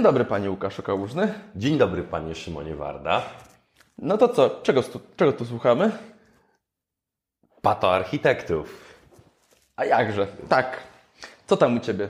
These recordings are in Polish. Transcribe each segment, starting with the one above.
Dzień dobry, panie Łukaszu Kałużny. Dzień dobry, panie Szymonie Warda. No to co? Czego tu słuchamy? Patoarchitektów. A jakże? Tak. Co tam u ciebie?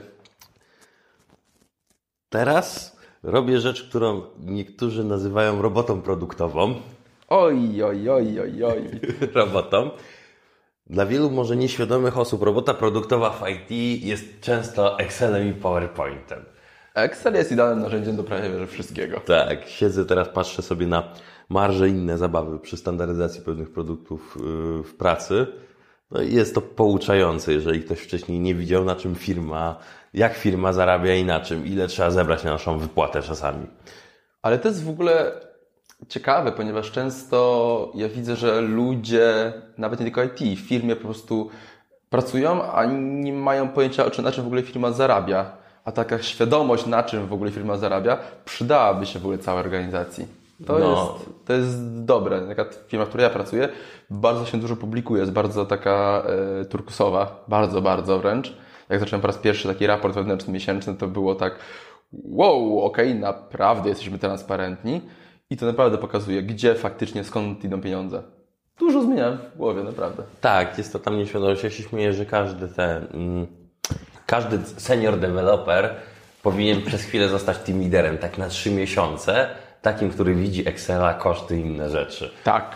Teraz robię rzecz, którą niektórzy nazywają robotą produktową. Oj. Robotą. Dla wielu może nieświadomych osób robota produktowa w IT jest często Excelem i PowerPointem. Excel jest idealnym narzędziem do prawie wszystkiego. Tak, siedzę teraz, patrzę sobie na marże i inne zabawy przy standaryzacji pewnych produktów w pracy. No i jest to pouczające, jeżeli ktoś wcześniej nie widział, jak firma zarabia i na czym, ile trzeba zebrać na naszą wypłatę czasami. Ale to jest w ogóle ciekawe, ponieważ często ja widzę, że ludzie, nawet nie tylko IT, w firmie po prostu pracują, a nie mają pojęcia, na czym w ogóle firma zarabia. A taka świadomość, na czym w ogóle firma zarabia, przydałaby się w ogóle całej organizacji. To jest dobre. Taka firma, w której ja pracuję, bardzo się dużo publikuje, jest bardzo taka turkusowa, bardzo wręcz. Jak zacząłem po raz pierwszy taki raport wewnętrzny miesięczny, to było tak okej, naprawdę jesteśmy transparentni i to naprawdę pokazuje, gdzie faktycznie, skąd idą pieniądze. Dużo zmieniałem w głowie, naprawdę. Tak, jest to tam nieświadomość. Ja się śmieję, że każdy senior developer powinien przez chwilę zostać team liderem, tak na 3 miesiące, takim, który widzi Excela, koszty i inne rzeczy. Tak.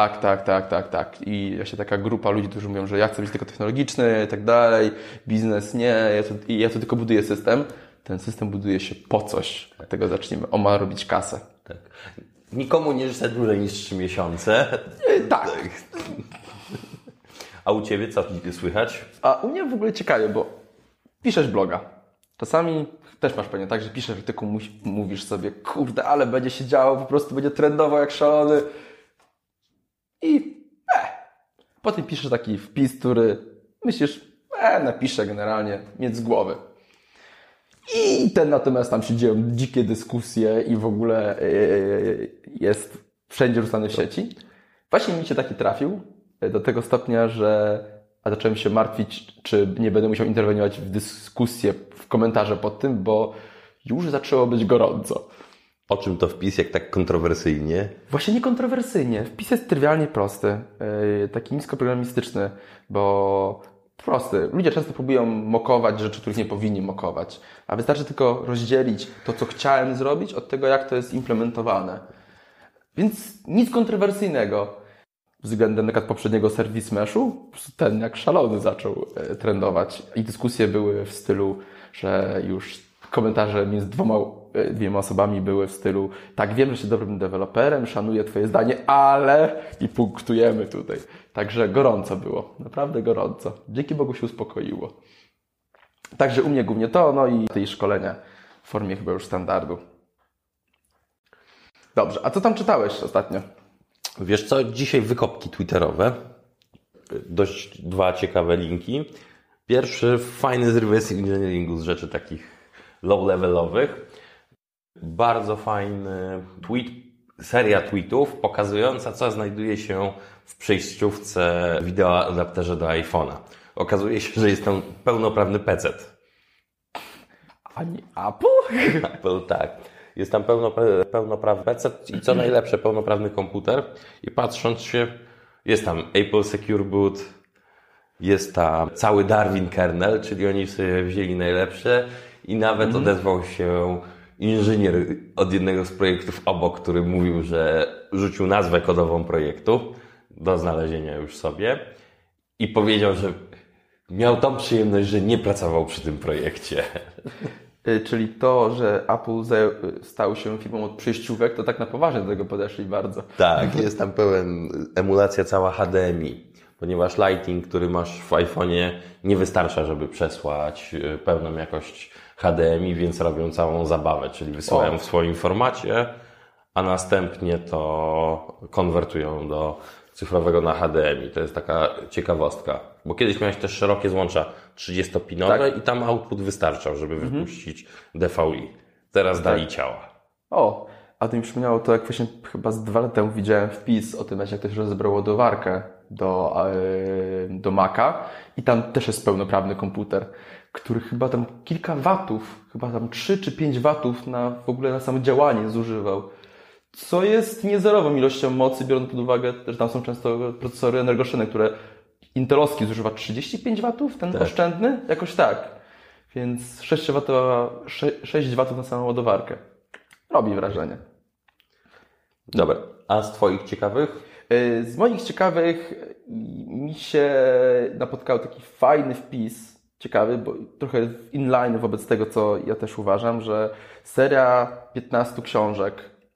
I właśnie taka grupa ludzi, którzy mówią, że ja chcę być tylko technologiczny i tak dalej, biznes nie, ja to tylko buduję system. Ten system buduje się po coś, dlatego zaczniemy. On ma robić kasę. Tak. Nikomu nie życzę dłużej niż 3 miesiące. Tak. A u Ciebie co słychać? A u mnie w ogóle ciekawie, bo piszesz bloga. Czasami też masz pewnie tak, że piszesz artykuł, mówisz sobie, kurde, ale będzie się działo, po prostu będzie trendował jak szalony. I potem piszesz taki wpis, który myślisz, napiszę generalnie, mieć z głowy. I natomiast tam się dzieją dzikie dyskusje i w ogóle jest wszędzie rzucany w sieci. Właśnie mi się taki trafił do tego stopnia, że zacząłem się martwić, czy nie będę musiał interweniować w dyskusję, w komentarze pod tym, bo już zaczęło być gorąco. O czym to wpis, jak tak kontrowersyjnie? Właśnie nie kontrowersyjnie. Wpis jest trywialnie prosty, taki niskoprogramistyczny, bo prosty. Ludzie często próbują mokować rzeczy, których nie powinni mokować, a wystarczy tylko rozdzielić to, co chciałem zrobić, od tego, jak to jest implementowane. Więc nic kontrowersyjnego. Względem na przykład poprzedniego Service Meshu, ten jak szalony zaczął trendować i dyskusje były w stylu, że już komentarze między dwiema osobami były w stylu, tak, wiem, że jesteś dobrym deweloperem, szanuję Twoje zdanie, ale i punktujemy tutaj. Także gorąco było, naprawdę gorąco. Dzięki Bogu się uspokoiło. Także u mnie głównie to, no i tej szkolenia w formie chyba już standardu. Dobrze, a co tam czytałeś ostatnio? Wiesz co, dzisiaj wykopki twitterowe. Dość 2 ciekawe linki. Pierwszy, fajny z reverse engineeringu, z rzeczy takich low-levelowych. Bardzo fajny tweet, seria tweetów pokazująca, co znajduje się w przejściówce wideoadapterze do iPhone'a. Okazuje się, że jest tam pełnoprawny PC. A nie Apple? Apple, tak. Jest tam pełnoprawny PC i co najlepsze, pełnoprawny komputer. I patrząc się, jest tam Apple Secure Boot, jest tam cały Darwin kernel, czyli oni sobie wzięli najlepsze i nawet odezwał się inżynier od jednego z projektów obok, który mówił, że rzucił nazwę kodową projektu do znalezienia już sobie i powiedział, że miał tą przyjemność, że nie pracował przy tym projekcie. Czyli to, że Apple stał się firmą od przejściówek, to tak na poważnie do tego podeszli bardzo. Tak, jest tam pełen emulacja cała HDMI, ponieważ Lighting, który masz w iPhone'ie, nie wystarcza, żeby przesłać pełną jakość HDMI, więc robią całą zabawę, czyli wysyłają w swoim formacie, a następnie to konwertują do cyfrowego na HDMI. To jest taka ciekawostka. Bo kiedyś miałeś też szerokie złącza 30-pinowe tak. I tam output wystarczał, żeby wypuścić DVI. Teraz dali ciała. A to mi przypomniało to, jak właśnie chyba z 2 lata temu widziałem wpis o tym, jak ktoś rozebrał ładowarkę do Maca i tam też jest pełnoprawny komputer, który chyba tam kilka watów, chyba tam 3 czy 5 watów w ogóle na samo działanie zużywał. Co jest niezerową ilością mocy, biorąc pod uwagę, że tam są często procesory energoszyny, które intelowski zużywa 35 watów, ten oszczędny? Jakoś tak. Więc 6 watów na samą ładowarkę. Robi wrażenie. Dobra. A z Twoich ciekawych? Z moich ciekawych mi się napotkał taki fajny wpis, ciekawy, bo trochę inline wobec tego, co ja też uważam, że seria 15 książek,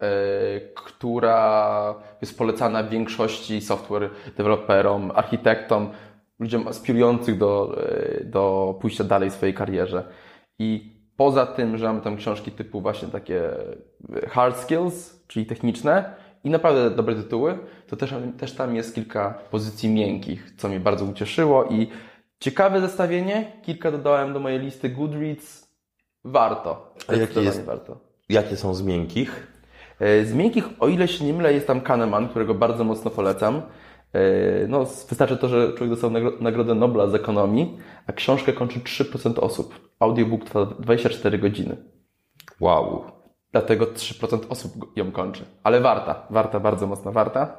która jest polecana większości software deweloperom, architektom, ludziom aspirujących do pójścia dalej w swojej karierze. I poza tym, że mamy tam książki typu właśnie takie hard skills, czyli techniczne i naprawdę dobre tytuły, to też tam jest kilka pozycji miękkich, co mnie bardzo ucieszyło i ciekawe zestawienie. Kilka dodałem do mojej listy Goodreads. Warto. A jakie są z miękkich? Z miękkich, o ile się nie mylę, jest tam Kahneman, którego bardzo mocno polecam. No, wystarczy to, że człowiek dostał Nagrodę Nobla z ekonomii, a książkę kończy 3% osób. Audiobook trwa 24 godziny. Wow. Dlatego 3% osób ją kończy. Ale warta, bardzo mocno warta.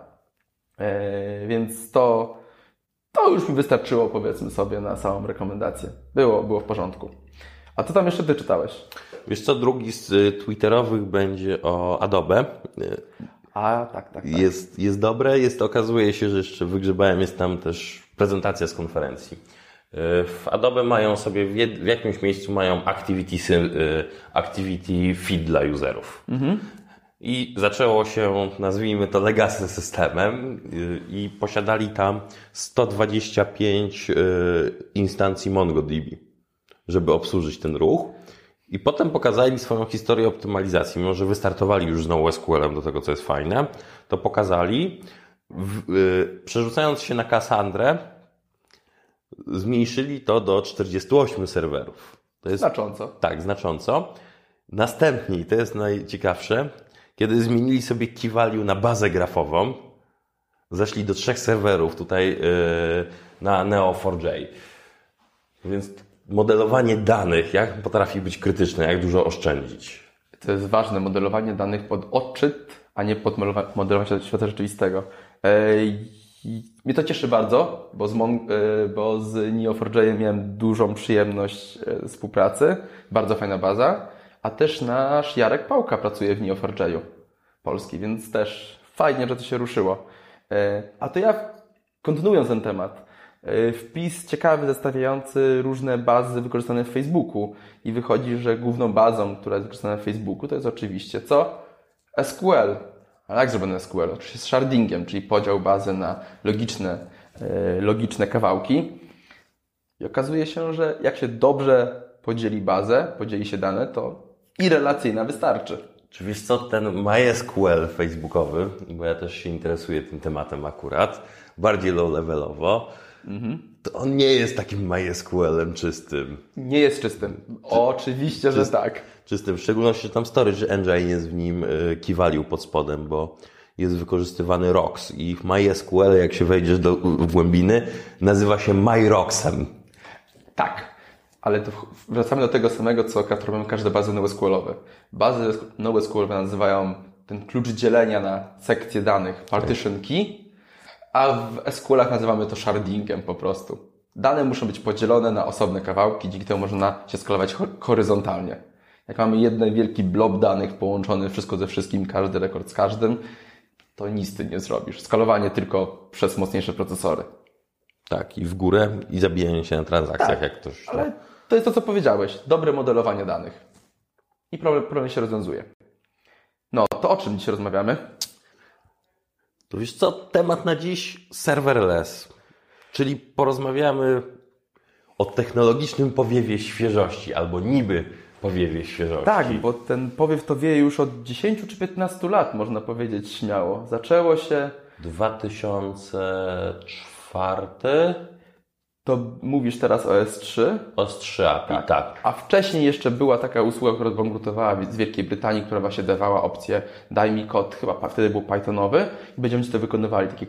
Więc to już mi wystarczyło, powiedzmy sobie, na samą rekomendację. Było w porządku. A co tam jeszcze Ty czytałeś? Wiesz co, drugi z twitterowych będzie o Adobe. A, tak. Jest dobre, okazuje się, że jeszcze wygrzebałem, jest tam też prezentacja z konferencji. W Adobe mają sobie, w jakimś miejscu mają activity feed dla userów. Mhm. I zaczęło się, nazwijmy to legacy systemem i posiadali tam 125 instancji MongoDB, żeby obsłużyć ten ruch. I potem pokazali swoją historię optymalizacji. Mimo że wystartowali już z NoSQL-em do tego, co jest fajne, to pokazali, przerzucając się na Cassandrę, zmniejszyli to do 48 serwerów. To jest, znacząco. Tak, znacząco. Następnie, i to jest najciekawsze, kiedy zmienili sobie key value na bazę grafową, zeszli do 3 serwerów tutaj na Neo4j. Więc modelowanie danych, jak potrafi być krytyczne, jak dużo oszczędzić. To jest ważne, modelowanie danych pod odczyt, a nie pod modelowanie świata rzeczywistego. Mnie to cieszy bardzo, bo z Neo4j miałem dużą przyjemność współpracy. Bardzo fajna baza. A też nasz Jarek Pałka pracuje w Neo4j Polski, więc też fajnie, że to się ruszyło. A to ja, kontynuując ten temat, wpis ciekawy, zestawiający różne bazy wykorzystane w Facebooku i wychodzi, że główną bazą, która jest wykorzystana w Facebooku, to jest oczywiście co? SQL. Ale jak zrobione SQL? Oczywiście z shardingiem, czyli podział bazy na logiczne kawałki. I okazuje się, że jak się dobrze podzieli się dane, to i relacyjna wystarczy. Czy wiesz co, ten MySQL facebookowy, bo ja też się interesuję tym tematem akurat, bardziej low-levelowo, to on nie jest takim MySQL-em czystym. Nie jest czystym. Oczywiście, że tak. Czystym, w szczególności, że tam storage engine jest w nim key value pod spodem, bo jest wykorzystywany ROX i MySQL, jak się wejdziesz w głębiny, nazywa się MyRoxem. Tak. Ale to wracamy do tego samego, co robią każde bazy NoSQL-owe. Bazy NoSQL-owe nazywają ten klucz dzielenia na sekcje danych partition key, a w SQL-ach nazywamy to shardingiem po prostu. Dane muszą być podzielone na osobne kawałki, dzięki temu można się skalować horyzontalnie. Jak mamy jeden wielki blob danych połączony wszystko ze wszystkim, każdy rekord z każdym, to nic ty nie zrobisz. Skalowanie tylko przez mocniejsze procesory. Tak, i w górę, i zabijanie się na transakcjach, tak, jak ktoś... Ale to jest to, co powiedziałeś. Dobre modelowanie danych. I problem się rozwiązuje. No, to o czym dzisiaj rozmawiamy? To wiesz co, temat na dziś serverless. Czyli porozmawiamy o technologicznym powiewie świeżości, albo niby powiewie świeżości. Tak, bo ten powiew to wieje już od 10 czy 15 lat, można powiedzieć śmiało. Zaczęło się... 2004? To mówisz teraz o S3? OS3 API, tak. A wcześniej jeszcze była taka usługa, która zbankrutowała z Wielkiej Brytanii, która właśnie dawała opcję daj mi kod, chyba wtedy był Pythonowy i będziemy to wykonywali, takie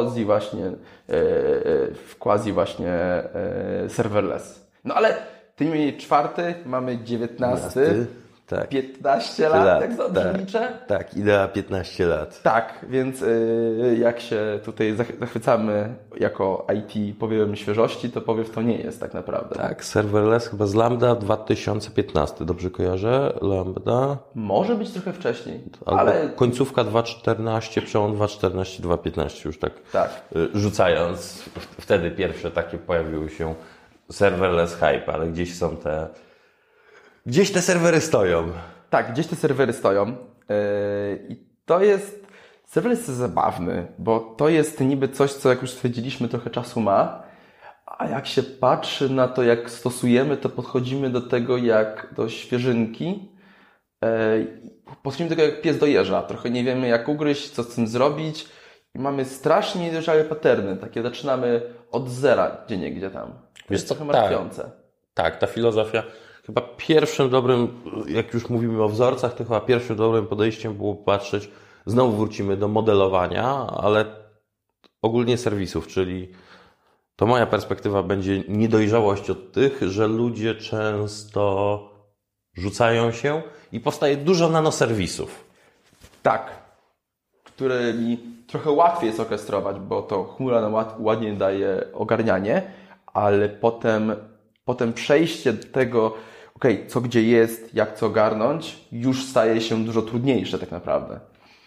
quasi właśnie serverless. No ale tym niemniej 4, mamy 19, tak. 15 lat, jak dobrze liczę? Tak, idea 15 lat. Tak, więc jak się tutaj zachwycamy jako IT powiewem świeżości, to powiew to nie jest tak naprawdę. Tak, serverless chyba z Lambda 2015, dobrze kojarzę? Lambda? Może być trochę wcześniej, ale końcówka 2.14, przełom 2.14, 2.15 już tak rzucając. Wtedy pierwsze takie pojawiły się serverless hype, ale gdzieś te serwery stoją. Tak, gdzieś te serwery stoją i to jest, serwer jest zabawny, bo to jest niby coś, co jak już stwierdziliśmy trochę czasu ma, a jak się patrzy na to, jak stosujemy, to podchodzimy do tego jak do świeżynki, podchodzimy do tego jak pies do jeża, trochę nie wiemy jak ugryźć, co z tym zrobić i mamy strasznie niedojrzałe paterny, takie zaczynamy od zera gdzieniegdzie tam. To jest trochę martwiące. Tak, ta filozofia. Chyba pierwszym dobrym, jak już mówimy o wzorcach, to chyba pierwszym dobrym podejściem było patrzeć, znowu wrócimy do modelowania, ale ogólnie serwisów, czyli to moja perspektywa będzie niedojrzałość od tych, że ludzie często rzucają się i powstaje dużo nanoserwisów. Tak, którymi trochę łatwiej jest orkestrować, bo to chmura nam ładnie daje ogarnianie, ale potem przejście do tego, co gdzie jest, jak co ogarnąć, już staje się dużo trudniejsze tak naprawdę.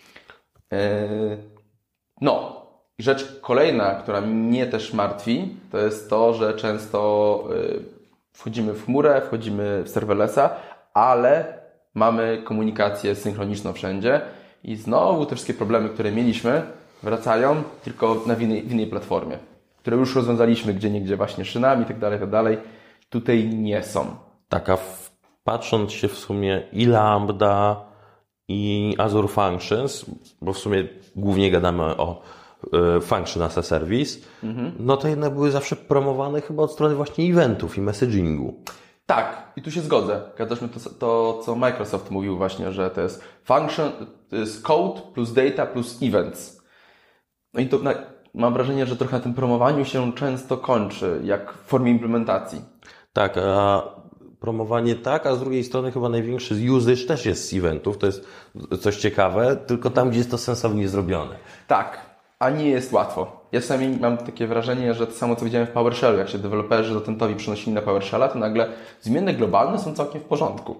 No, i rzecz kolejna, która mnie też martwi, to jest to, że często wchodzimy w chmurę, wchodzimy w serverlessa, ale mamy komunikację synchroniczną wszędzie i znowu te wszystkie problemy, które mieliśmy, wracają tylko w innej platformie, które już rozwiązaliśmy gdzieniegdzie właśnie szynami i tak dalej, tutaj nie są. Taka, patrząc się w sumie i Lambda, i Azure Functions, bo w sumie głównie gadamy o Function as a Service, no to jednak były zawsze promowane chyba od strony właśnie eventów i messagingu. Tak, i tu się zgodzę. Gadaśmy to, co Microsoft mówił właśnie, że to jest function, to jest code plus data plus events. No i to mam wrażenie, że trochę na tym promowaniu się często kończy, jak w formie implementacji. Tak, a promowanie tak, a z drugiej strony chyba największy usage też jest z eventów. To jest coś ciekawe, tylko tam, gdzie jest to sensownie zrobione. Tak, a nie jest łatwo. Ja czasami mam takie wrażenie, że to samo, co widziałem w PowerShellu, jak się deweloperzy dotentowi przenosili na PowerShella, to nagle zmienne globalne są całkiem w porządku.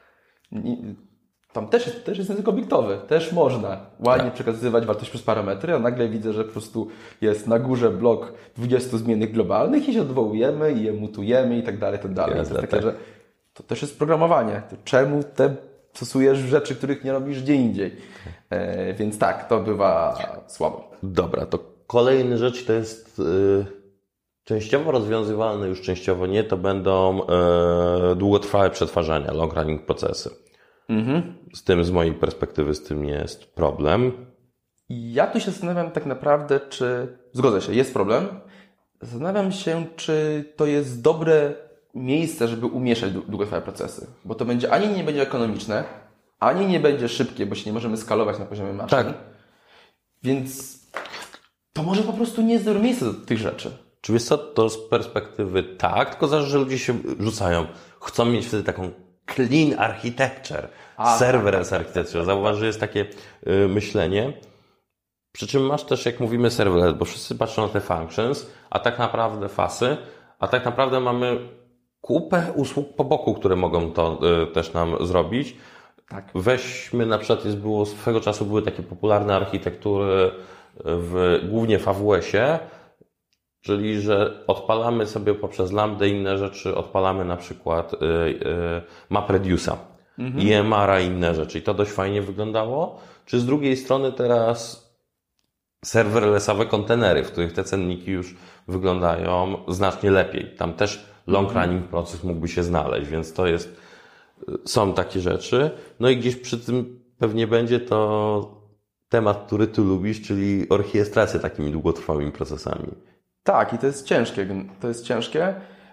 Tam też jest język obiektowy, też można ładnie przekazywać wartość przez parametry, a nagle widzę, że po prostu jest na górze blok 20 zmiennych globalnych i się odwołujemy i je mutujemy i tak dalej, tak dalej. To jest takie, że to też jest programowanie. To czemu stosujesz rzeczy, których nie robisz gdzie indziej? Więc tak, to bywa słabo. Dobra, to kolejna rzecz to jest częściowo rozwiązywalne, już częściowo nie, to będą długotrwałe przetwarzania, long running procesy. Z mojej perspektywy, z tym jest problem. Ja tu się zastanawiam tak naprawdę, zgodzę się, jest problem. Zastanawiam się, czy to jest dobre miejsce, żeby umieszać długotrwałe procesy. Bo to ani nie będzie ekonomiczne, ani nie będzie szybkie, bo się nie możemy skalować na poziomie maszyn. Tak. Więc to może po prostu nie jest dobre miejsce do tych rzeczy. Czy wiesz co, to z perspektywy tak, tylko zależy, że ludzie się rzucają. Chcą mieć wtedy taką clean architecture, serverless architecture. Zauważ, że jest takie myślenie. Przy czym masz też, jak mówimy serverless, bo wszyscy patrzą na te functions, a tak naprawdę fasy, a tak naprawdę mamy kupę usług po boku, które mogą to też nam zrobić. Tak. Weźmy na przykład, swego czasu były takie popularne architektury głównie w AWS-ie, czyli że odpalamy sobie poprzez Lambda inne rzeczy, odpalamy na przykład MapReduce'a, EMR-a i inne rzeczy. I to dość fajnie wyglądało. Czy z drugiej strony teraz serverlessowe kontenery, w których te cenniki już wyglądają znacznie lepiej. Tam też long running proces mógłby się znaleźć, więc są takie rzeczy. No i gdzieś przy tym pewnie będzie to temat, który ty lubisz, czyli orchiestracja takimi długotrwałymi procesami. Tak, i to jest ciężkie. To jest ciężkie.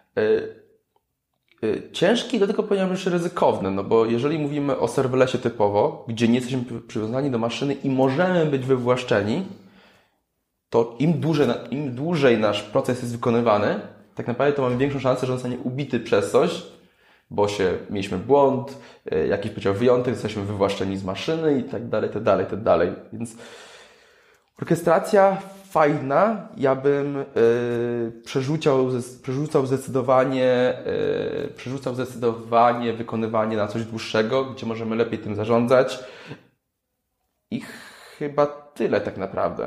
Ciężki, do tego powiedziałbym jeszcze ryzykowny, no bo jeżeli mówimy o serverlessie typowo, gdzie nie jesteśmy przywiązani do maszyny i możemy być wywłaszczeni, to im dłużej nasz proces jest wykonywany, tak naprawdę to mamy większą szansę, że on zostanie ubity przez coś, bo mieliśmy błąd, jakiś powiedział wyjątek, jesteśmy wywłaszczeni z maszyny i tak dalej, tak dalej, tak dalej. Więc orkiestracja fajna, ja bym przerzucał zdecydowanie wykonywanie na coś dłuższego, gdzie możemy lepiej tym zarządzać. I chyba tyle tak naprawdę.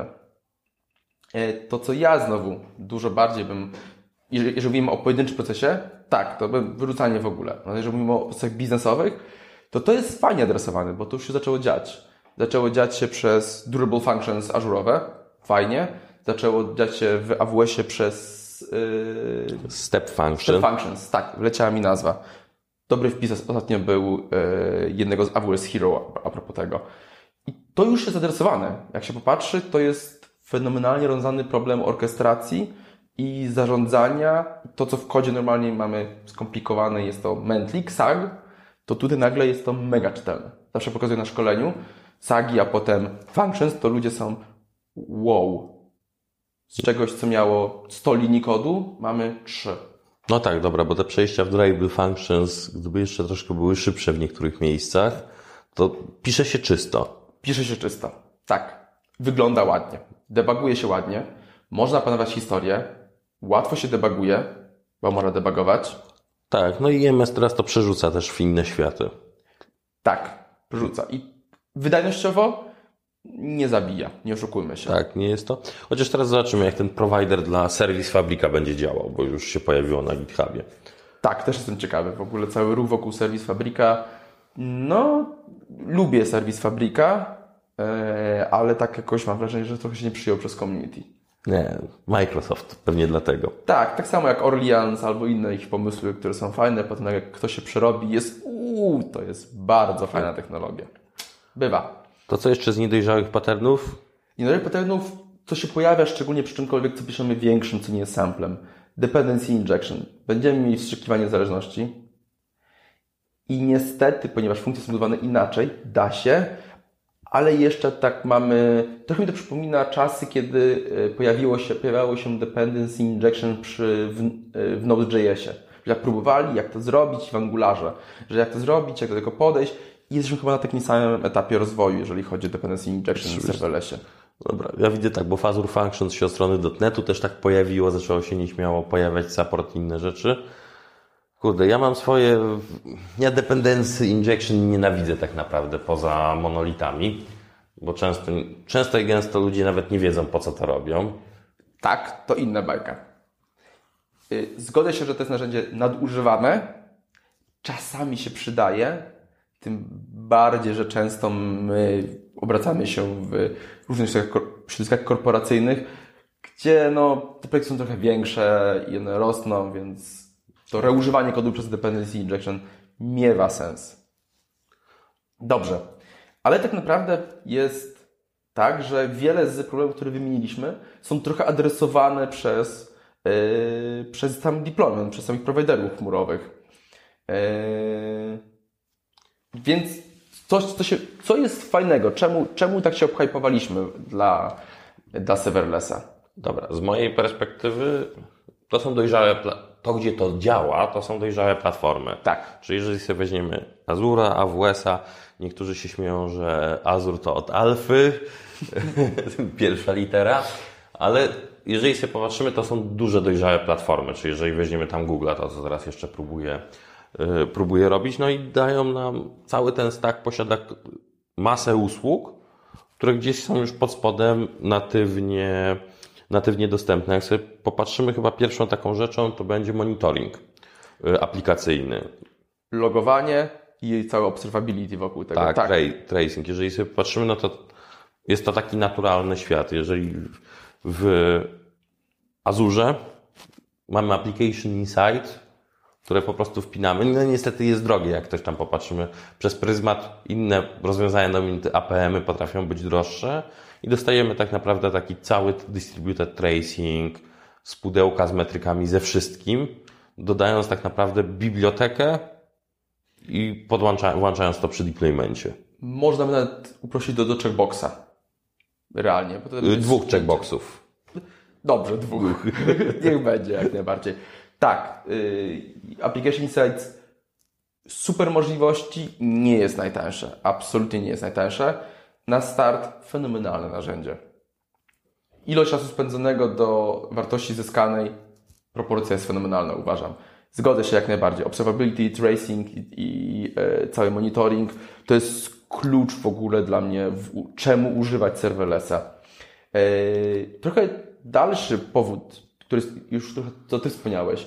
To, co ja znowu dużo bardziej bym, jeżeli mówimy o pojedynczym procesie, tak, to bym wyrzucanie w ogóle. No, jeżeli mówimy o procesach biznesowych, to jest fajnie adresowane, bo to już się zaczęło dziać. Zaczęło dziać się przez Durable Functions ażurowe, fajnie. Zaczęło dziać się w AWS-ie przez Step Functions. Step Functions, tak, wleciała mi nazwa. Dobry wpis ostatnio był jednego z AWS Hero a propos tego. I to już jest adresowane. Jak się popatrzy, to jest fenomenalnie rozwiązany problem orkestracji i zarządzania. To, co w kodzie normalnie mamy skomplikowane, jest to Mantlik, SAG, to tutaj nagle jest to mega czytelne. Zawsze pokazuję na szkoleniu SAGi, a potem Functions, to ludzie są wow. Z czegoś, co miało 100 linii kodu, mamy 3. No tak, dobra, bo te przejścia w Durable Functions, gdyby jeszcze troszkę były szybsze w niektórych miejscach, to pisze się czysto. Pisze się czysto, tak. Wygląda ładnie. Debuguje się ładnie. Można panować historię. Łatwo się debuguje, bo można debugować. Tak, no i IMS teraz to przerzuca też w inne światy. Tak, przerzuca. I wydajnościowo nie zabija, nie oszukujmy się. Tak, nie jest to. Chociaż teraz zobaczymy, jak ten provider dla Service Fabrika będzie działał, bo już się pojawiło na GitHubie. Tak, też jestem ciekawy. W ogóle cały ruch wokół Service Fabrika. No, lubię Service Fabrika, ale tak jakoś mam wrażenie, że trochę się nie przyjął przez community. Nie, Microsoft, pewnie dlatego. Tak, tak samo jak Orleans albo inne ich pomysły, które są fajne, potem jak ktoś się przerobi, to jest bardzo fajna technologia. Bywa. To co jeszcze z niedojrzałych patternów? Niedojrzałych patternów, co się pojawia szczególnie przy czymkolwiek, co piszemy większym, co nie jest samplem. Dependency injection. Będziemy mieli wstrzykiwanie zależności i niestety, ponieważ funkcje są budowane inaczej, da się, ale jeszcze tak mamy, trochę mi to przypomina czasy, kiedy pojawiało się dependency injection w Node.jsie. Że jak próbowali, jak to zrobić w Angularze, że jak to zrobić, jak do tego podejść i jesteśmy chyba na takim samym etapie rozwoju, jeżeli chodzi o dependency injection w serverlessie. Dobra, ja widzę tak, bo w Azure Functions się od strony .NET-u też tak pojawiło, zaczęło się nieśmiało pojawiać support i inne rzeczy. Kurde, ja mam swoje... Ja dependency injection nienawidzę tak naprawdę poza monolitami, bo często i gęsto ludzie nawet nie wiedzą, po co to robią. Tak, to inna bajka. Zgodzę się, że to jest narzędzie nadużywane. Czasami się przydaje, tym bardziej, że często my obracamy się w różnych środowiskach korporacyjnych, gdzie te projekty są trochę większe i one rosną, więc to reużywanie kodu przez dependency injection miewa sens. Dobrze, ale tak naprawdę jest tak, że wiele z problemów, które wymieniliśmy, są trochę adresowane przez sam deployment, przez samych prowajderów chmurowych. Więc co jest fajnego? Czemu tak się obhypowaliśmy dla serverlessa? Dobra, z mojej perspektywy to są dojrzałe, to gdzie to działa, to są dojrzałe platformy. Tak. Czyli jeżeli sobie weźmiemy Azure'a, AWS-a, niektórzy się śmieją, że Azure to od alfy, pierwsza litera, ale jeżeli sobie popatrzymy, to są duże dojrzałe platformy, czyli jeżeli weźmiemy tam Google'a, to co teraz jeszcze próbuję robić, no i dają nam, cały ten stack posiada masę usług, które gdzieś są już pod spodem natywnie dostępne. Jak sobie popatrzymy, chyba pierwszą taką rzeczą to będzie monitoring aplikacyjny. Logowanie i całe observability wokół tego. Tak. Tracing. Jeżeli sobie popatrzymy, no to jest to taki naturalny świat. Jeżeli w Azurze mamy application insight, które po prostu wpinamy. No niestety jest drogie, jak ktoś tam popatrzymy przez pryzmat. Inne rozwiązania APM-y potrafią być droższe i dostajemy tak naprawdę taki cały distributed tracing, z pudełka z metrykami ze wszystkim, dodając tak naprawdę bibliotekę i włączając to przy deploymencie. Można by nawet uprościć do checkboxa. Realnie. Bo to 2 checkboxów. Dobrze, 2. Niech będzie jak najbardziej. Tak. Application Insights super możliwości, nie jest najtańsze. Absolutnie nie jest najtańsze. Na start fenomenalne narzędzie. Ilość czasu spędzonego do wartości zyskanej, proporcja jest fenomenalna, uważam. Zgodzę się jak najbardziej. Observability, tracing i cały monitoring to jest klucz w ogóle dla mnie, czemu używać serverlessa. Trochę dalszy powód, który już trochę, co Ty wspomniałeś,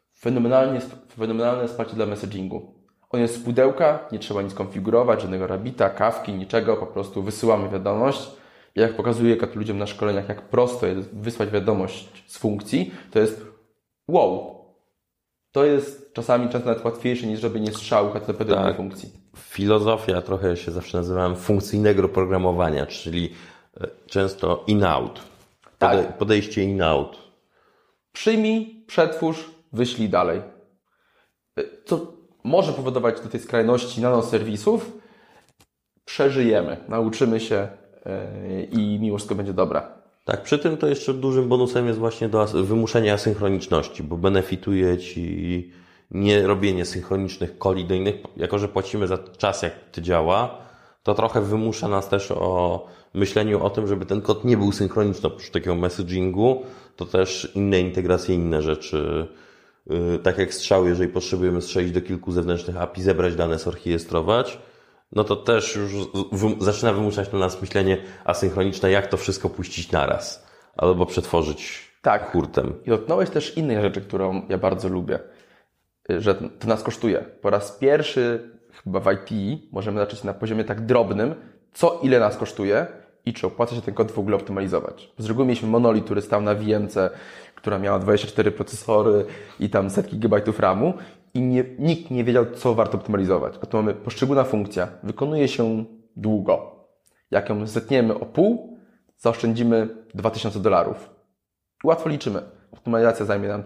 fenomenalne wsparcie dla messagingu. On jest z pudełka, nie trzeba nic konfigurować, żadnego Rabbita, Kafki, niczego, po prostu wysyłamy wiadomość. Jak pokazuję ludziom na szkoleniach, jak prosto jest wysłać wiadomość z funkcji, to jest wow. To jest czasami często nawet łatwiejsze niż robienie strzału HTTP do innej funkcji. Filozofia trochę się zawsze nazywałem funkcyjnego programowania, czyli często in-out. Tak. Podejście in-out. Przyjmij, przetwórz, wyślij dalej. Co może powodować do tej skrajności nanoserwisów. Przeżyjemy, nauczymy się i mimo wszystko będzie dobra. Tak, przy tym to jeszcze dużym bonusem jest właśnie wymuszenie asynchroniczności, bo benefituje Ci nie robienie synchronicznych kolizyjnych, jako że płacimy za czas, jak to działa, to trochę wymusza nas też o myśleniu o tym, żeby ten kod nie był synchroniczny. Oprócz takiego messagingu, to też inne integracje, inne rzeczy, tak jak strzały, jeżeli potrzebujemy strzelić do kilku zewnętrznych API, zebrać dane, zorchiestrować, no to też już zaczyna wymuszać na nas myślenie asynchroniczne, jak to wszystko puścić naraz, albo przetworzyć hurtem. I dotknąłeś też innej rzeczy, którą ja bardzo lubię, że to nas kosztuje. Po raz pierwszy chyba w IT możemy zacząć na poziomie tak drobnym, co ile nas kosztuje i czy opłaca się ten kod w ogóle optymalizować. Z reguły mieliśmy monolit, który stał na VMce, która miała 24 procesory i tam setki gigabajtów RAMu i nikt nie wiedział, co warto optymalizować. A tu mamy poszczególna funkcja, wykonuje się długo. Jak ją zetniemy o pół, zaoszczędzimy $2000. Łatwo liczymy. Optymalizacja zajmie nam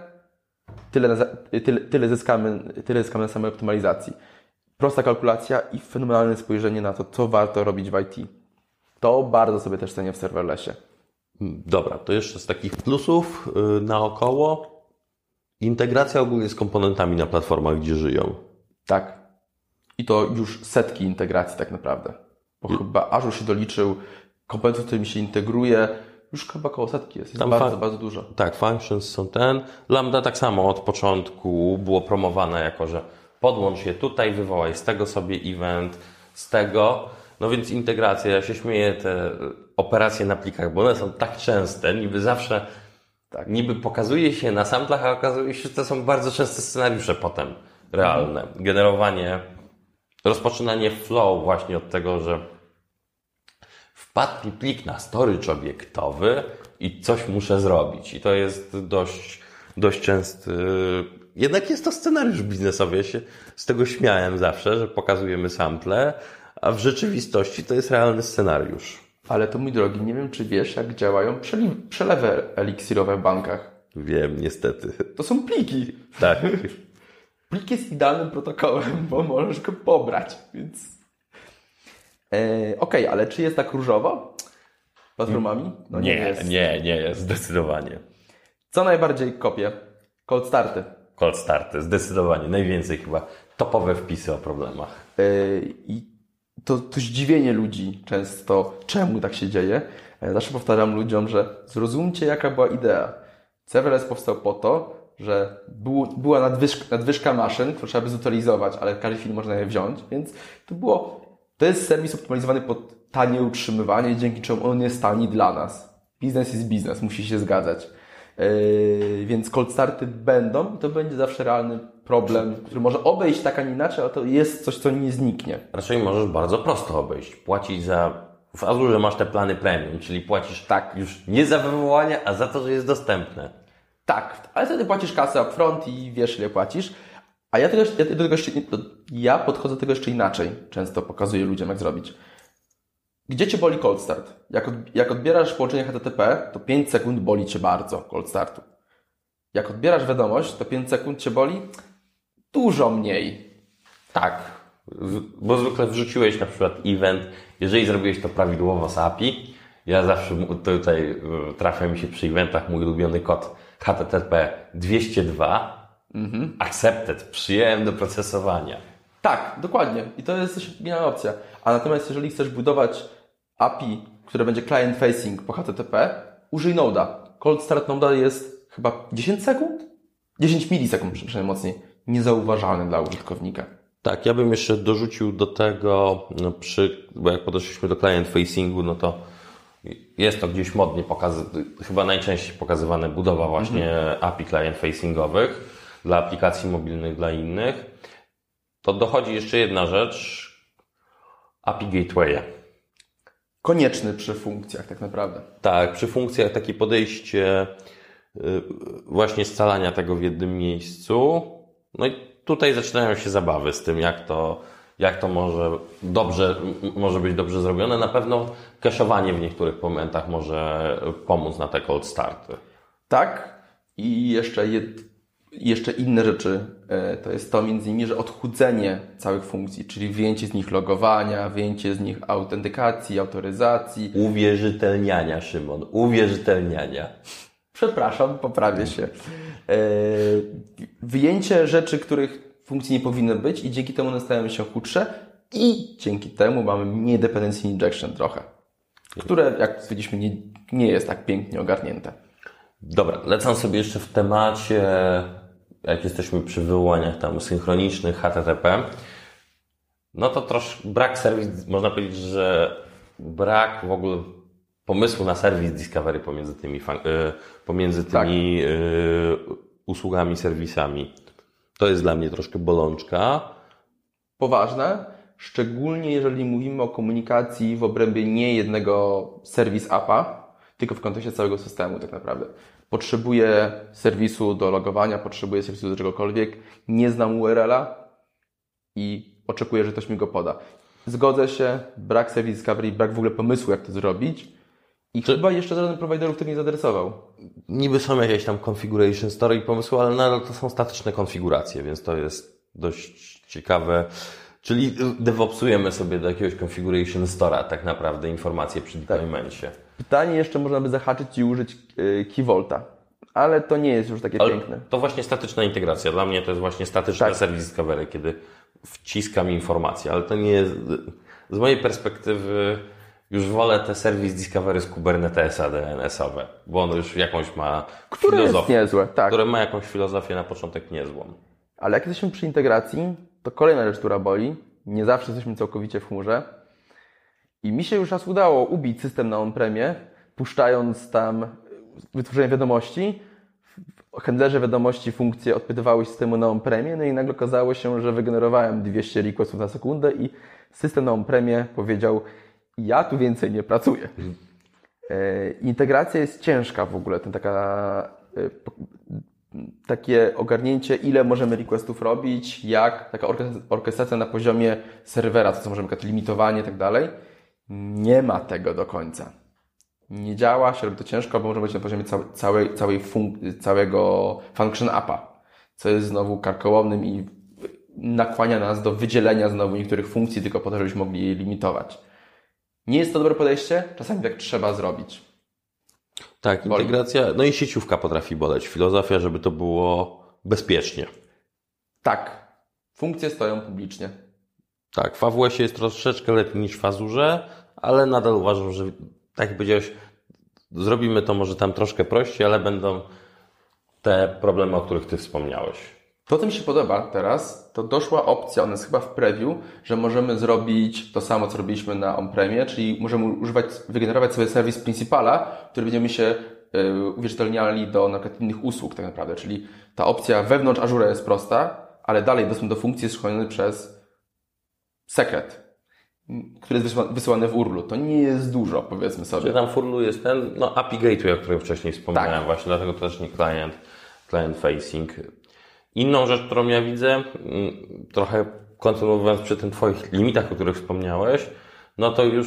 tyle zyskamy na samej optymalizacji. Prosta kalkulacja i fenomenalne spojrzenie na to, co warto robić w IT. To bardzo sobie też cenię w serverlessie. Dobra, to jeszcze z takich plusów naokoło. Integracja ogólnie z komponentami na platformach, gdzie żyją. Tak. I to już setki integracji tak naprawdę. Bo chyba Azure się doliczył, komponentów, z którymi się integruje, już chyba koło setki jest. Jest bardzo dużo. Tak, functions są Lambda tak samo od początku było promowane jako, że podłącz je tutaj, wywołaj z tego sobie event, z tego. No więc integracja, ja się śmieję, te operacje na plikach, bo one są tak częste, niby zawsze, niby pokazuje się na samplach, a okazuje się, że to są bardzo częste scenariusze potem realne. Generowanie, rozpoczynanie flow właśnie od tego, że wpadł mi plik na storage obiektowy i coś muszę zrobić. I to jest dość częsty. Jednak jest to scenariusz biznesowy. Ja się z tego śmiałem zawsze, że pokazujemy sample, a w rzeczywistości to jest realny scenariusz. Ale to mój drogi, nie wiem czy wiesz, jak działają przelewy eliksirowe w bankach. Wiem, niestety. To są pliki. Tak. Plik jest idealnym protokołem, bo możesz go pobrać, więc... Okej, ale czy jest tak różowo? Platformami? No nie jest, zdecydowanie. Co najbardziej kopię? Cold starty. Cold starty, zdecydowanie. Najwięcej chyba topowe wpisy o problemach. I to zdziwienie ludzi często, czemu tak się dzieje. Zawsze powtarzam ludziom, że zrozumcie, jaka była idea. Serverless powstał po to, że była nadwyżka maszyn, które trzeba by zutylizować, ale w każdej chwili można je wziąć, więc to jest serwis optymalizowany pod tanie utrzymywanie, dzięki czemu on jest tani dla nas. Biznes jest biznes, musi się zgadzać. Więc cold starty będą i to będzie zawsze realny problem, który może obejść tak, a nie inaczej, ale to jest coś, co nie zniknie. Raczej możesz bardzo prosto obejść. Płacić w Azure masz te plany premium, czyli płacisz już nie za wywołanie, a za to, że jest dostępne. Tak, ale wtedy płacisz kasę upfront i wiesz, ile płacisz. A ja podchodzę do tego jeszcze inaczej. Często pokazuję ludziom, jak zrobić. Gdzie Cię boli cold start? Jak odbierasz połączenie HTTP, to 5 sekund boli Cię bardzo cold startu. Jak odbierasz wiadomość, to 5 sekund Cię boli dużo mniej. Tak, bo zwykle wrzuciłeś na przykład event, jeżeli zrobiłeś to prawidłowo z API, ja zawsze tutaj trafia mi się przy eventach mój ulubiony kod HTTP 202 accepted, przyjąłem do procesowania. Tak, dokładnie. I to jest też genialna opcja. A natomiast jeżeli chcesz budować API, które będzie client facing po HTTP, użyj Node'a. Cold start Node'a jest chyba 10 sekund? 10 milisekund przynajmniej mocniej. Niezauważalny dla użytkownika. Tak, ja bym jeszcze dorzucił do tego, bo jak podeszliśmy do client facingu, no to jest to gdzieś modnie chyba najczęściej pokazywane budowa właśnie API client facingowych dla aplikacji mobilnych, dla innych. To dochodzi jeszcze jedna rzecz, API gateway. Konieczny przy funkcjach tak naprawdę. Tak, przy funkcjach takie podejście właśnie scalania tego w jednym miejscu. No i tutaj zaczynają się zabawy z tym, jak to może być dobrze zrobione. Na pewno cache'owanie w niektórych momentach może pomóc na te cold starty. Tak. I jeszcze inne rzeczy, to jest to między innymi, że odchudzenie całych funkcji, czyli wyjęcie z nich logowania, wyjęcie z nich autentykacji, autoryzacji. Uwierzytelniania, Szymon, uwierzytelniania. Przepraszam, poprawię się. Wyjęcie rzeczy, których funkcji nie powinno być i dzięki temu one stają się chudsze i dzięki temu mamy mniej dependency injection trochę, które, jak stwierdziliśmy, nie jest tak pięknie ogarnięte. Dobra, lecę sobie jeszcze w temacie, jak jesteśmy przy wywołaniach tam synchronicznych HTTP, no to troszkę brak serwis, można powiedzieć, że brak w ogóle pomysłu na serwis discovery pomiędzy tymi usługami, serwisami. To jest dla mnie troszkę bolączka. Poważne, szczególnie jeżeli mówimy o komunikacji w obrębie nie jednego serwis APA, tylko w kontekście całego systemu tak naprawdę. Potrzebuję serwisu do logowania, potrzebuję serwisu do czegokolwiek, nie znam URL-a i oczekuję, że ktoś mi go poda. Zgodzę się, brak service discovery, brak w ogóle pomysłu, jak to zrobić. I chyba jeszcze żaden providerów tego nie zaadresował. Niby są jakieś tam configuration story i pomysły, ale nadal to są statyczne konfiguracje, więc to jest dość ciekawe. Czyli DevOpsujemy sobie do jakiegoś configuration store'a tak naprawdę informacje przy deploymencie. Pytanie jeszcze można by zahaczyć i użyć Key Vaulta, ale to nie jest już takie piękne. To właśnie statyczna integracja. Dla mnie to jest właśnie statyczna service discovery, kiedy wciskam informacje, ale to nie jest, z mojej perspektywy już wolę te service discovery z Kubernetesa DNS-owe, bo on już jakąś ma filozofię, jest niezłe, tak. Które ma jakąś filozofię na początek niezłą. Ale jak jesteśmy przy integracji, to kolejna rzecz, która boli. Nie zawsze jesteśmy całkowicie w chmurze. I mi się już raz udało ubić system na on-premie, puszczając tam wytworzenie wiadomości. W handlerze wiadomości funkcje odpytywały systemu na on-premie, no i nagle okazało się, że wygenerowałem 200 requestów na sekundę i system na on-premie powiedział: ja tu więcej nie pracuję. Integracja jest ciężka w ogóle, takie ogarnięcie, ile możemy requestów robić, jak taka orkiestracja na poziomie serwera, to co możemy, limitowanie i tak dalej. Nie ma tego do końca. Nie działa, się robi to ciężko, bo może być na poziomie całego function appa, co jest znowu karkołomnym i nakłania nas do wydzielenia znowu niektórych funkcji tylko po to, żebyśmy mogli je limitować. Nie jest to dobre podejście, czasami tak trzeba zrobić. Tak, integracja, no i sieciówka potrafi boleć. Filozofia, żeby to było bezpiecznie. Tak, funkcje stoją publicznie. Tak, w AWS-ie jest troszeczkę lepiej niż w Azurze, ale nadal uważam, że tak jak powiedziałeś, zrobimy to może tam troszkę prościej, ale będą te problemy, o których Ty wspomniałeś. To, co mi się podoba teraz, to doszła opcja, ona jest chyba w preview, że możemy zrobić to samo, co robiliśmy na on-premie, czyli możemy wygenerować sobie serwis principala, który będziemy się uwierzytelniali do na przykład innych usług tak naprawdę, czyli ta opcja wewnątrz Azure jest prosta, ale dalej dostęp do funkcji jest chroniony przez sekret, który jest wysyłany w URL-u. To nie jest dużo, powiedzmy sobie. Tam w URL-u jest ten API Gateway, o którym wcześniej wspomniałem, tak. Właśnie dlatego to też nie client facing. Inną rzecz, którą ja widzę, trochę kontynuując przy tym Twoich limitach, o których wspomniałeś, no to już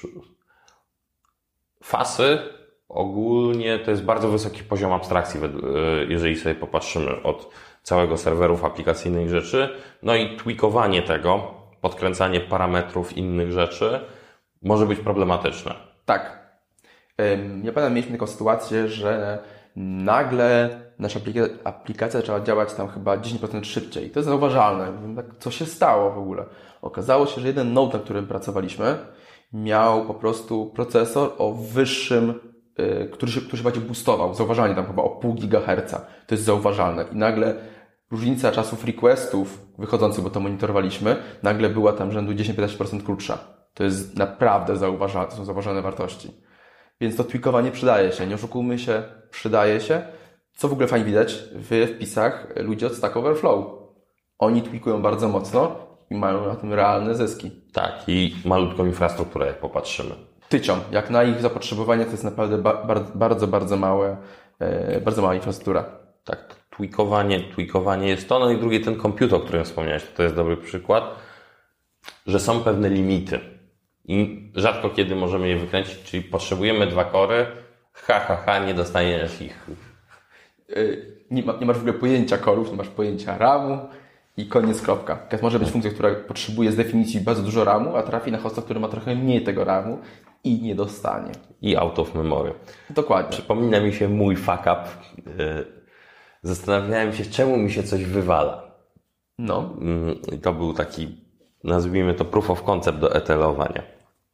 Fasy ogólnie to jest bardzo wysoki poziom abstrakcji, jeżeli sobie popatrzymy od całego serwerów aplikacyjnych rzeczy. No i tweakowanie tego, podkręcanie parametrów innych rzeczy może być problematyczne. Tak. Ja pamiętam, mieliśmy taką sytuację, że nagle nasza aplikacja zaczęła działać tam chyba 10% szybciej. To jest zauważalne. Tak, co się stało w ogóle? Okazało się, że jeden node, na którym pracowaliśmy, miał po prostu procesor o wyższym, który się bardziej boostował. Zauważalnie tam chyba o 0,5 GHz. To jest zauważalne. I nagle różnica czasów requestów wychodzących, bo to monitorowaliśmy, nagle była tam rzędu 10-15% krótsza. To jest naprawdę zauważalne. To są zauważalne wartości. Więc to tweakowanie przydaje się. Nie oszukujmy się, przydaje się. Co w ogóle fajnie widać w wpisach ludzi od Stack Overflow. Oni tweakują bardzo mocno i mają na tym realne zyski. Tak, i malutką infrastrukturę, jak popatrzymy. Tycią. Jak na ich zapotrzebowanie, to jest naprawdę bardzo mała infrastruktura. Tak, tweakowanie jest to. No i drugie, ten computer, o którym wspomniałeś, to jest dobry przykład, że są pewne limity. I rzadko kiedy możemy je wykręcić, czyli potrzebujemy 2 kory, nie dostaniesz ich. Nie masz w ogóle pojęcia korów, nie masz pojęcia RAMu i koniec, kropka. Może być funkcja, która potrzebuje z definicji bardzo dużo RAMu, a trafi na hosta, który ma trochę mniej tego RAMu i nie dostanie. I out of memory. Dokładnie. Przypomina mi się mój fuck up. Zastanawiałem się, czemu mi się coś wywala. No. I to był taki, nazwijmy to proof of concept do etelowania.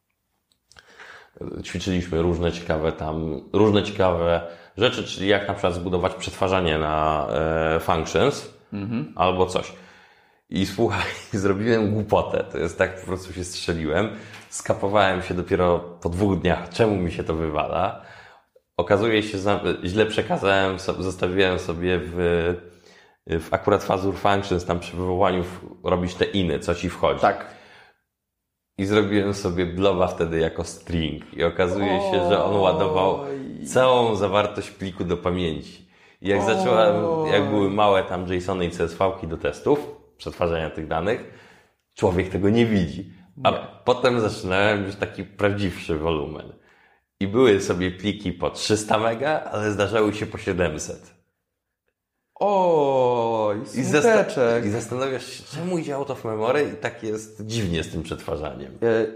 Ćwiczyliśmy różne ciekawe rzeczy, czyli jak na przykład zbudować przetwarzanie na functions albo coś. I słuchaj, zrobiłem głupotę. To jest tak, po prostu się strzeliłem. Skapowałem się dopiero po 2 dniach, czemu mi się to wywala. Okazuje się, źle przekazałem, zostawiłem sobie w akurat Fazur Functions, tam przy wywołaniu robić te iny, co ci wchodzi. Tak. I zrobiłem sobie bloba wtedy jako string. I okazuje się, że on ładował całą zawartość pliku do pamięci. I jak były małe tam JSON-y i CSV-ki do testów, przetwarzania tych danych, człowiek tego nie widzi. A potem zaczynałem już taki prawdziwszy wolumen. I były sobie pliki po 300 mega, ale zdarzały się po 700. Oj, smuteczek. I zastanawiasz się, czemu idzie out of memory i tak jest dziwnie z tym przetwarzaniem.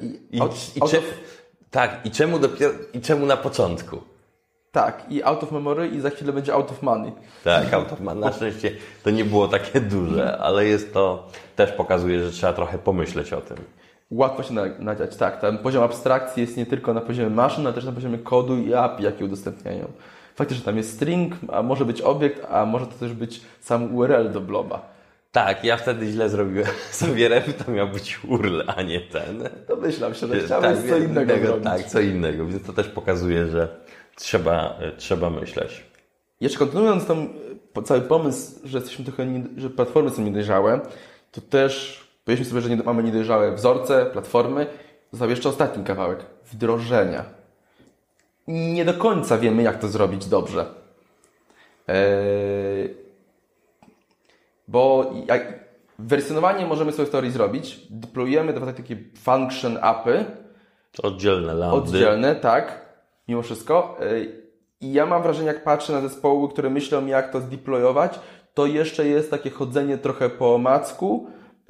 Tak, i czemu na początku? Tak, i out of memory i za chwilę będzie out of money. Tak, out of money. Na szczęście to nie było takie duże, ale też pokazuje, że trzeba trochę pomyśleć o tym. Łatwo się nadziać, tak. Ten poziom abstrakcji jest nie tylko na poziomie maszyn, ale też na poziomie kodu i API, jakie udostępniają. Faktycznie tam jest string, a może być obiekt, a może to też być sam URL do bloba. Tak, ja wtedy źle zrobiłem sobie ref, to miał być URL, a nie ten. Domyślam się, że chciałeś co innego zrobić. Tak, co innego, więc to też pokazuje, że trzeba myśleć. Jeszcze kontynuując tam cały pomysł, że jesteśmy że platformy są niedojrzałe, to też powiedzmy sobie, że mamy niedojrzałe wzorce, platformy. Został jeszcze ostatni kawałek. Wdrożenia. Nie do końca wiemy, jak to zrobić dobrze. Bo wersjonowanie możemy sobie w teorii zrobić. Deployujemy takie function appy. Oddzielne lambdy. Oddzielne, tak. Mimo wszystko. I ja mam wrażenie, jak patrzę na zespoły, które myślą, jak to zdeployować, to jeszcze jest takie chodzenie trochę po omacku.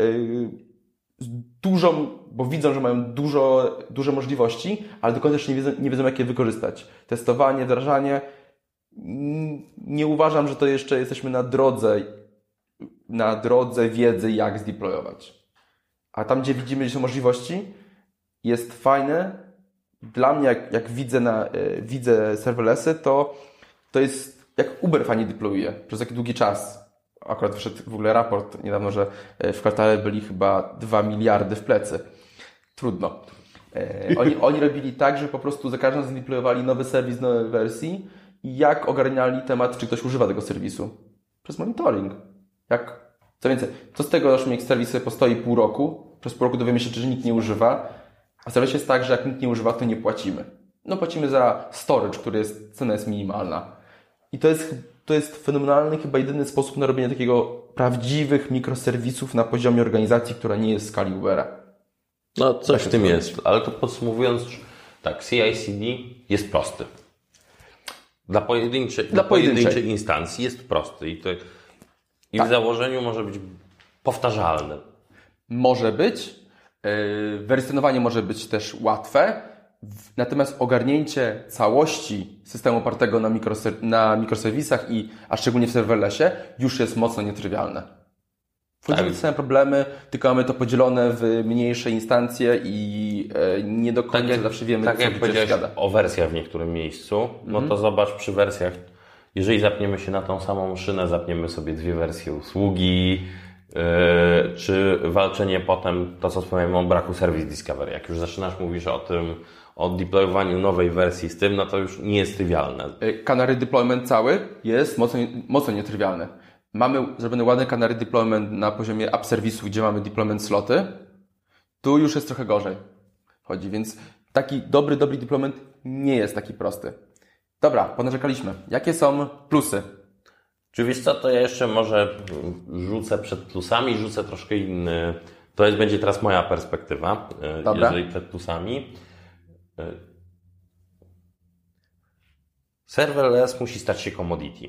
Bo widzą, że mają duże możliwości, ale do końca jeszcze nie wiedzą, jak je wykorzystać. Testowanie, wdrażanie. Nie uważam, że to jeszcze jesteśmy na drodze wiedzy, jak zdeployować. A tam, gdzie widzimy, że są możliwości, jest fajne. Dla mnie, jak widzę serverlessy, to jest jak Uber fajnie deployuje przez taki długi czas. Akurat wyszedł w ogóle raport niedawno, że w kwartale byli chyba 2 miliardy w plecy. Trudno. Oni robili tak, że po prostu za każdym razem deployowali nowy serwis, nowej wersji i jak ogarniali temat, czy ktoś używa tego serwisu? Przez monitoring. Co więcej, co z tego, że serwis sobie postoi pół roku, przez pół roku dowiemy się, czy nikt nie używa, a serwis jest tak, że jak nikt nie używa, to nie płacimy. No płacimy za storage, cena jest minimalna. I to jest fenomenalny, chyba jedyny sposób na robienie takiego prawdziwych mikroserwisów na poziomie organizacji, która nie jest w skali Ubera. No coś w tym jest, ale to podsumowując, Tak, CI/CD jest prosty. Dla pojedynczej instancji jest prosty i w założeniu może być powtarzalny. Może być. Wersjonowanie może być też łatwe. Natomiast ogarnięcie całości systemu opartego na mikroserwisach a szczególnie w serverlessie już jest mocno nietrywialne. Wchodzimy w te same problemy, tylko mamy to podzielone w mniejsze instancje i nie do końca zawsze wiemy, tak co jak powiedziałeś zgada. o wersjach w niektórym miejscu, no to zobacz przy wersjach, jeżeli zapniemy się na tą samą szynę, zapniemy sobie 2 wersje usługi, czy walczenie potem, to co wspomniałem o braku Service Discovery. Jak już zaczynasz mówić o deployowaniu nowej wersji z tym, no to już nie jest trywialne. Canary deployment cały jest mocno nietrywialny. Mamy zrobiony ładny Canary deployment na poziomie app serwisu, gdzie mamy deployment sloty. Tu już jest trochę gorzej chodzi, więc taki dobry deployment nie jest taki prosty. Dobra, ponarzekaliśmy. Jakie są plusy? Czy wiesz co, to ja jeszcze może rzucę przed plusami, rzucę troszkę inny. Będzie teraz moja perspektywa, jeżeli przed plusami. Serverless musi stać się commodity.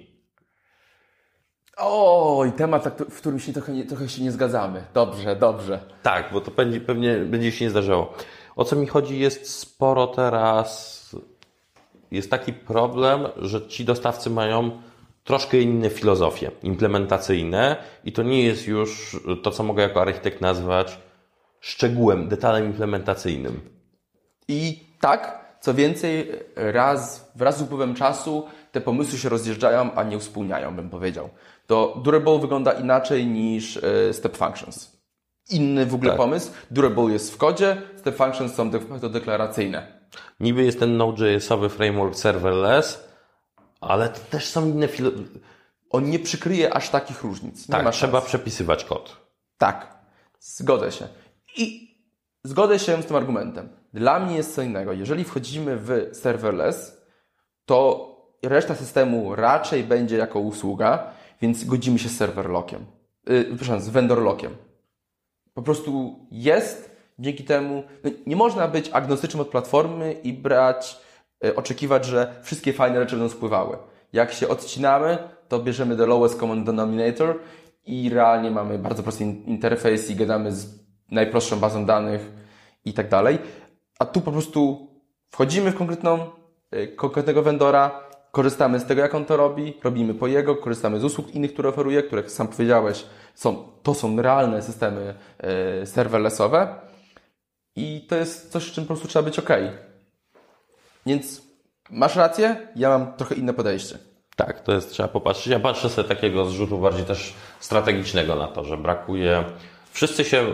Oj, temat, w którym się trochę się nie zgadzamy. Dobrze. Tak, bo to pewnie będzie się nie zdarzało. O co mi chodzi, jest sporo teraz. Jest taki problem, że ci dostawcy mają troszkę inne filozofie implementacyjne i to nie jest już to, co mogę jako architekt nazwać szczegółem, detalem implementacyjnym. I tak, co więcej, wraz z upływem czasu te pomysły się rozjeżdżają, a nie wspólniają, bym powiedział. To Durable wygląda inaczej niż Step Functions. Inny w ogóle pomysł. Durable jest w kodzie, Step Functions są de facto deklaracyjne. Niby jest ten Node.js-owy framework serverless, ale to też są inne On nie przykryje aż takich różnic. Tak, trzeba przepisywać kod. Tak, zgodzę się. I zgodzę się z tym argumentem. Dla mnie jest co innego. Jeżeli wchodzimy w serverless, to reszta systemu raczej będzie jako usługa, więc godzimy się z z vendor lockiem. Po prostu jest, dzięki temu nie można być agnostycznym od platformy i oczekiwać, że wszystkie fajne rzeczy będą spływały. Jak się odcinamy, to bierzemy the lowest common denominator i realnie mamy bardzo prosty interfejs i gadamy z najprostszą bazą danych i tak dalej. A tu po prostu wchodzimy w konkretnego vendora, korzystamy z tego, jak on to robi, robimy po jego, korzystamy z usług innych, które oferuje, które, jak sam powiedziałeś, to są realne systemy serverlessowe i to jest coś, z czym po prostu trzeba być okej. Więc masz rację, ja mam trochę inne podejście. Tak, to jest, trzeba popatrzeć. Ja patrzę sobie takiego zrzutu bardziej też strategicznego na to, że brakuje... Wszyscy się...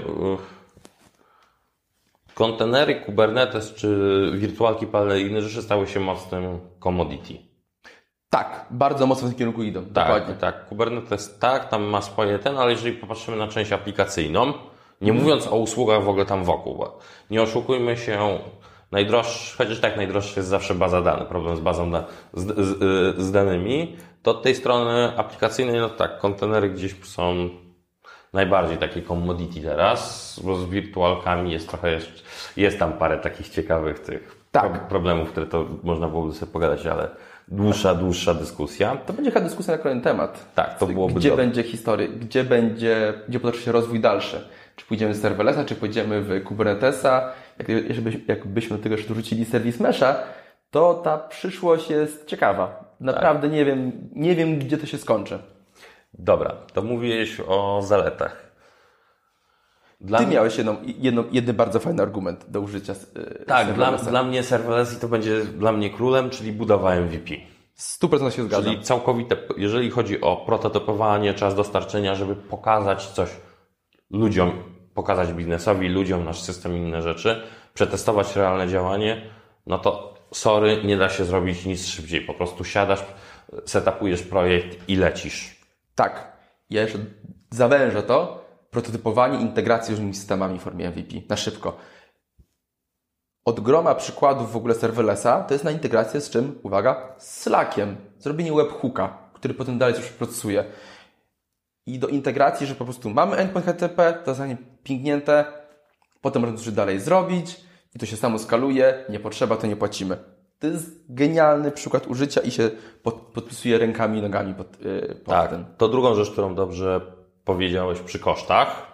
Kontenery, Kubernetes czy wirtualki paralelne, inne rzeczy stały się mocnym commodity. Tak, bardzo mocno w tym kierunku idą. Dokładnie. Tak. Kubernetes tam ma swoje ale jeżeli popatrzymy na część aplikacyjną, nie mówiąc o usługach w ogóle tam wokół, bo nie oszukujmy się, chociaż najdroższa jest zawsze baza danych, problem z bazą z danymi, to od tej strony aplikacyjnej, kontenery gdzieś są najbardziej takie commodity teraz, bo z wirtualkami jest tam parę takich ciekawych problemów, które to można byłoby sobie pogadać, ale dłuższa dyskusja. To będzie chyba dyskusja na kolejny temat. Tak, to byłoby Gdzie będzie historia, gdzie potoczy się rozwój dalszy. Czy pójdziemy z serverlessa, czy pójdziemy w Kubernetesa. Jakbyśmy do tego jeszcze dorzucili Service Mesha, to ta przyszłość jest ciekawa. Naprawdę nie wiem, gdzie to się skończy. Dobra, to mówiłeś o zaletach. Ty miałeś jeden bardzo fajny argument do użycia. Tak, dla mnie serverless i to będzie dla mnie królem, czyli budowa MVP. 100% się zgadzam. Czyli całkowite, jeżeli chodzi o prototypowanie, czas dostarczenia, żeby pokazać coś ludziom, pokazać biznesowi, ludziom, nasz system, inne rzeczy, przetestować realne działanie, no to nie da się zrobić nic szybciej. Po prostu siadasz, setupujesz projekt i lecisz. Tak. Ja jeszcze zawężę to. Prototypowanie integracji z różnymi systemami w formie MVP. Na szybko. Od groma przykładów w ogóle serverlessa to jest na integrację z czym? Uwaga, z Slackiem. Zrobienie webhooka, który potem dalej coś procesuje. I do integracji, że po prostu mamy endpoint HTTP, to zostanie pingnięte, potem możemy coś dalej zrobić i to się samo skaluje, nie potrzeba, to nie płacimy. To jest genialny przykład użycia i się podpisuje rękami i nogami pod Tak, ten. to drugą rzecz, którą dobrze powiedziałeś przy kosztach.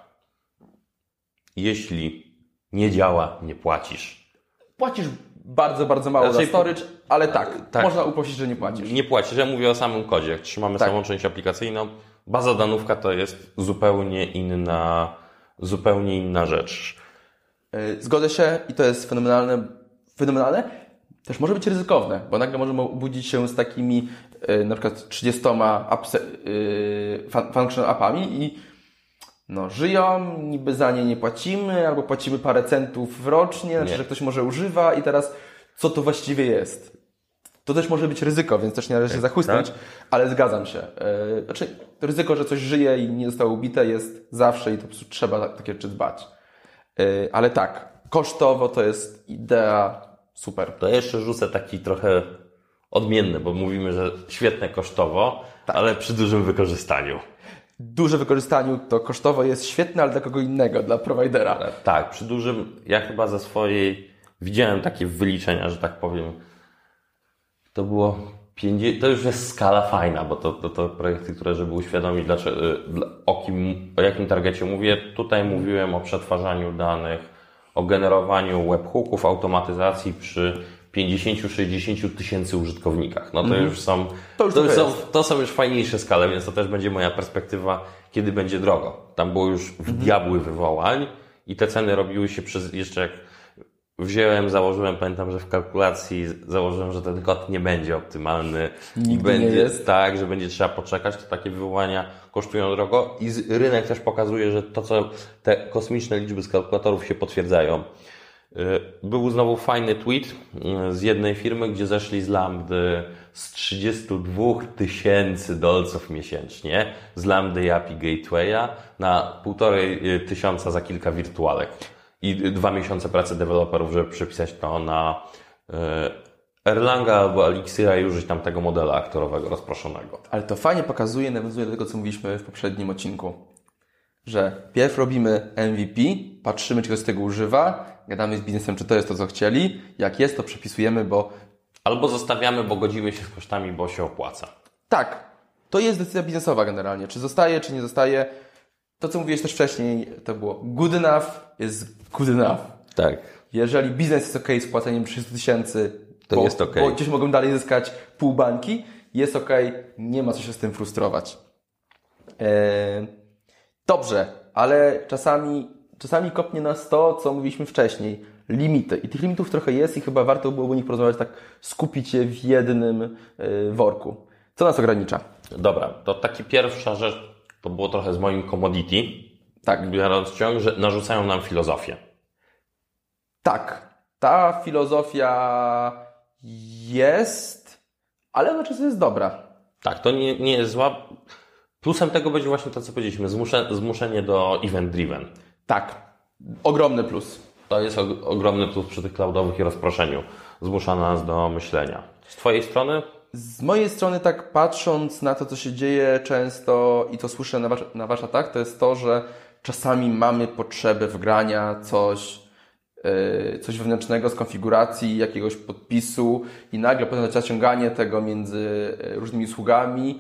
Jeśli nie działa, nie płacisz. Płacisz bardzo, bardzo mało za storage, ale tak, można uprosić, że nie płacisz. Nie płacisz. Ja mówię o samym kodzie. Jak trzymamy samą część aplikacyjną, baza danówka to jest zupełnie inna rzecz. Zgodzę się i to jest fenomenalne. Też może być ryzykowne, bo nagle możemy obudzić się z takimi na przykład 30 function appami i żyją, niby za nie nie płacimy, albo płacimy parę centów rocznie, znaczy, że ktoś może używa i teraz co to właściwie jest? To też może być ryzyko, więc też nie należy się zachłysnąć, ale zgadzam się. Znaczy, ryzyko, że coś żyje i nie zostało ubite jest zawsze i to po prostu trzeba takie rzeczy dbać. Ale tak, kosztowo to jest idea super. To jeszcze rzucę taki trochę odmienny, bo mówimy, że świetne kosztowo, ale przy dużym wykorzystaniu. Duże wykorzystaniu to kosztowo jest świetne, ale dla kogo innego, dla prowajdera. Tak, przy dużym, ja chyba ze swojej widziałem takie wyliczenia, że tak powiem, to było 50, to już jest skala fajna, bo to projekty, które żeby uświadomić o jakim targecie mówię. Tutaj mówiłem o przetwarzaniu danych, o generowaniu webhooków, automatyzacji przy 50-60 tysięcy użytkownikach. No to już to są już fajniejsze skale, więc to też będzie moja perspektywa, kiedy będzie drogo. Tam było już w diabły wywołań i te ceny robiły się jeszcze jak pamiętam, że w kalkulacji założyłem, że ten kod nie będzie optymalny. Nigdy nie jest. Tak, że będzie trzeba poczekać, to takie wywołania kosztują drogo i rynek też pokazuje, że te kosmiczne liczby z kalkulatorów się potwierdzają. Był znowu fajny tweet z jednej firmy, gdzie zeszli z lambdy z 32 tysięcy dolców miesięcznie, z lambdy i API Gatewaya na 1,5 tysiąca za kilka wirtualek. I 2 miesiące pracy deweloperów, żeby przepisać to na Erlanga albo Elixira i użyć tam tego modela aktorowego rozproszonego. Ale to fajnie pokazuje, nawiązuje do tego, co mówiliśmy w poprzednim odcinku. Że pierw robimy MVP, patrzymy, czy ktoś z tego używa, gadamy z biznesem, czy to jest to, co chcieli. Jak jest, to przepisujemy, bo... Albo zostawiamy, bo godzimy się z kosztami, bo się opłaca. Tak. To jest decyzja biznesowa generalnie. Czy zostaje, czy nie zostaje. To, co mówiłeś też wcześniej, to było good enough is good enough. Tak. Jeżeli biznes jest ok z płaceniem 300 tysięcy, to jest ok. Bo gdzieś mogą dalej zyskać pół bańki, jest ok, nie ma co się z tym frustrować. Dobrze, ale czasami kopnie nas to, co mówiliśmy wcześniej. Limity. I tych limitów trochę jest i chyba warto byłoby o nich porozmawiać, tak skupić je w jednym worku. Co nas ogranicza? Dobra, to taki pierwsza rzecz, to było trochę z moim commodity. Tak. Biorąc ciąg, że narzucają nam filozofię. Tak. Ta filozofia jest, ale ona czasem jest dobra. Tak, to nie jest zła. Plusem tego będzie właśnie to, co powiedzieliśmy, zmuszenie do event driven. Tak, ogromny plus. To jest ogromny plus przy tych cloudowych i rozproszeniu. Zmusza nas do myślenia. Z Twojej strony? Z mojej strony, tak patrząc na to, co się dzieje często i to słyszę na warsztatach, to jest to, że czasami mamy potrzebę wgrania coś wewnętrznego z konfiguracji, jakiegoś podpisu i nagle potem zaciąganie tego między różnymi usługami.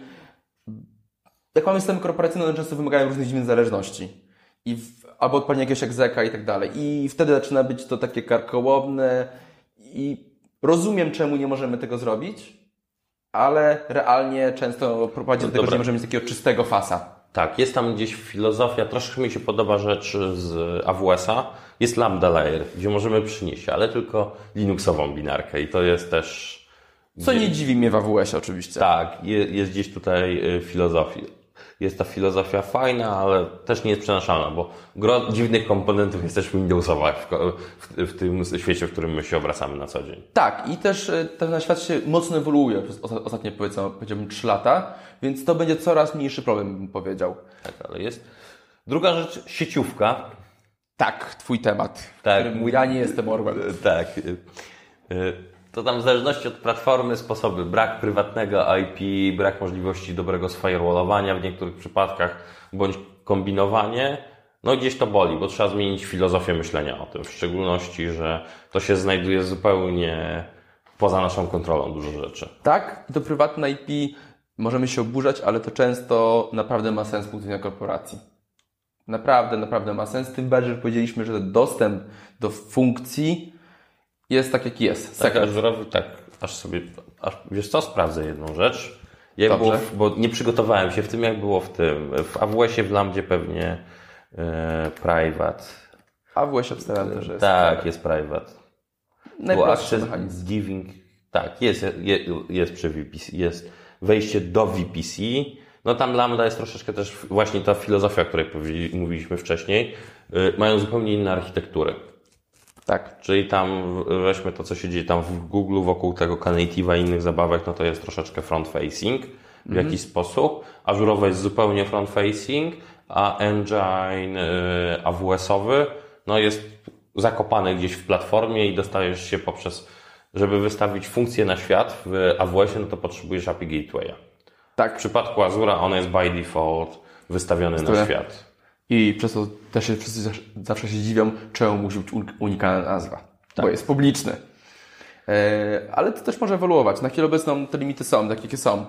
Jak mamy systemy korporacyjne, one często wymagają różnych dziwnych zależności. Albo odpalenia jakiegoś egzeka i tak dalej. I wtedy zaczyna być to takie karkołomne i rozumiem, czemu nie możemy tego zrobić, ale realnie często prowadzi do tego, że nie możemy mieć takiego czystego fasa. Tak, jest tam gdzieś filozofia, troszkę mi się podoba rzecz z AWS-a, jest Lambda Layer, gdzie możemy przynieść, ale tylko Linuxową binarkę i to jest też... Co nie dziwi mnie w AWS-ie oczywiście. Tak, jest gdzieś tutaj filozofia. Jest ta filozofia fajna, ale też nie jest przenaszalna, bo gro dziwnych komponentów jest też Windowsowa w tym świecie, w którym my się obracamy na co dzień. Tak, i też ten świat się mocno ewoluuje przez ostatnie, powiedziałbym 3 lata, więc to będzie coraz mniejszy problem, bym powiedział. Tak, ale jest. Druga rzecz, sieciówka. Tak, twój temat, tak. w którym ja nie jestem Orwell. Tak. To tam w zależności od platformy sposoby. Brak prywatnego IP, brak możliwości dobrego sfirewallowania w niektórych przypadkach, bądź kombinowanie. no gdzieś to boli, bo trzeba zmienić filozofię myślenia o tym, w szczególności, że to się znajduje zupełnie poza naszą kontrolą dużo rzeczy. Tak, i to prywatne IP możemy się oburzać, ale to często naprawdę ma sens z punktu widzenia korporacji. Naprawdę ma sens, tym bardziej, że powiedzieliśmy, że dostęp do funkcji jest tak, jak jest. Wiesz co, sprawdzę jedną rzecz. Bo nie przygotowałem się w tym, jak było w AWS-ie, w Lambdzie pewnie private. AWS obstawiam też, że jest. Tak, jest private. Najprostszy mechanizm. Giving, tak, jest przy VPC, jest wejście do VPC. No tam Lambda jest troszeczkę też właśnie ta filozofia, o której mówiliśmy wcześniej. Mają zupełnie inne architektury. Tak. Czyli tam weźmy to, co się dzieje tam w Google wokół tego Knative'a i innych zabawek, no to jest troszeczkę front-facing w jakiś sposób. Azure'owe jest zupełnie front-facing, a engine AWS-owy no jest zakopany gdzieś w platformie i dostajesz się poprzez, żeby wystawić funkcję na świat w AWS-ie, no to potrzebujesz API Gateway'a. Tak. W przypadku Azure'a on jest by default wystawiony na świat. I przez to też wszyscy zawsze się dziwią, czemu musi być unikalna nazwa. Tak. Bo jest publiczny. Ale to też może ewoluować. Na chwilę obecną te limity są, takie jakie są.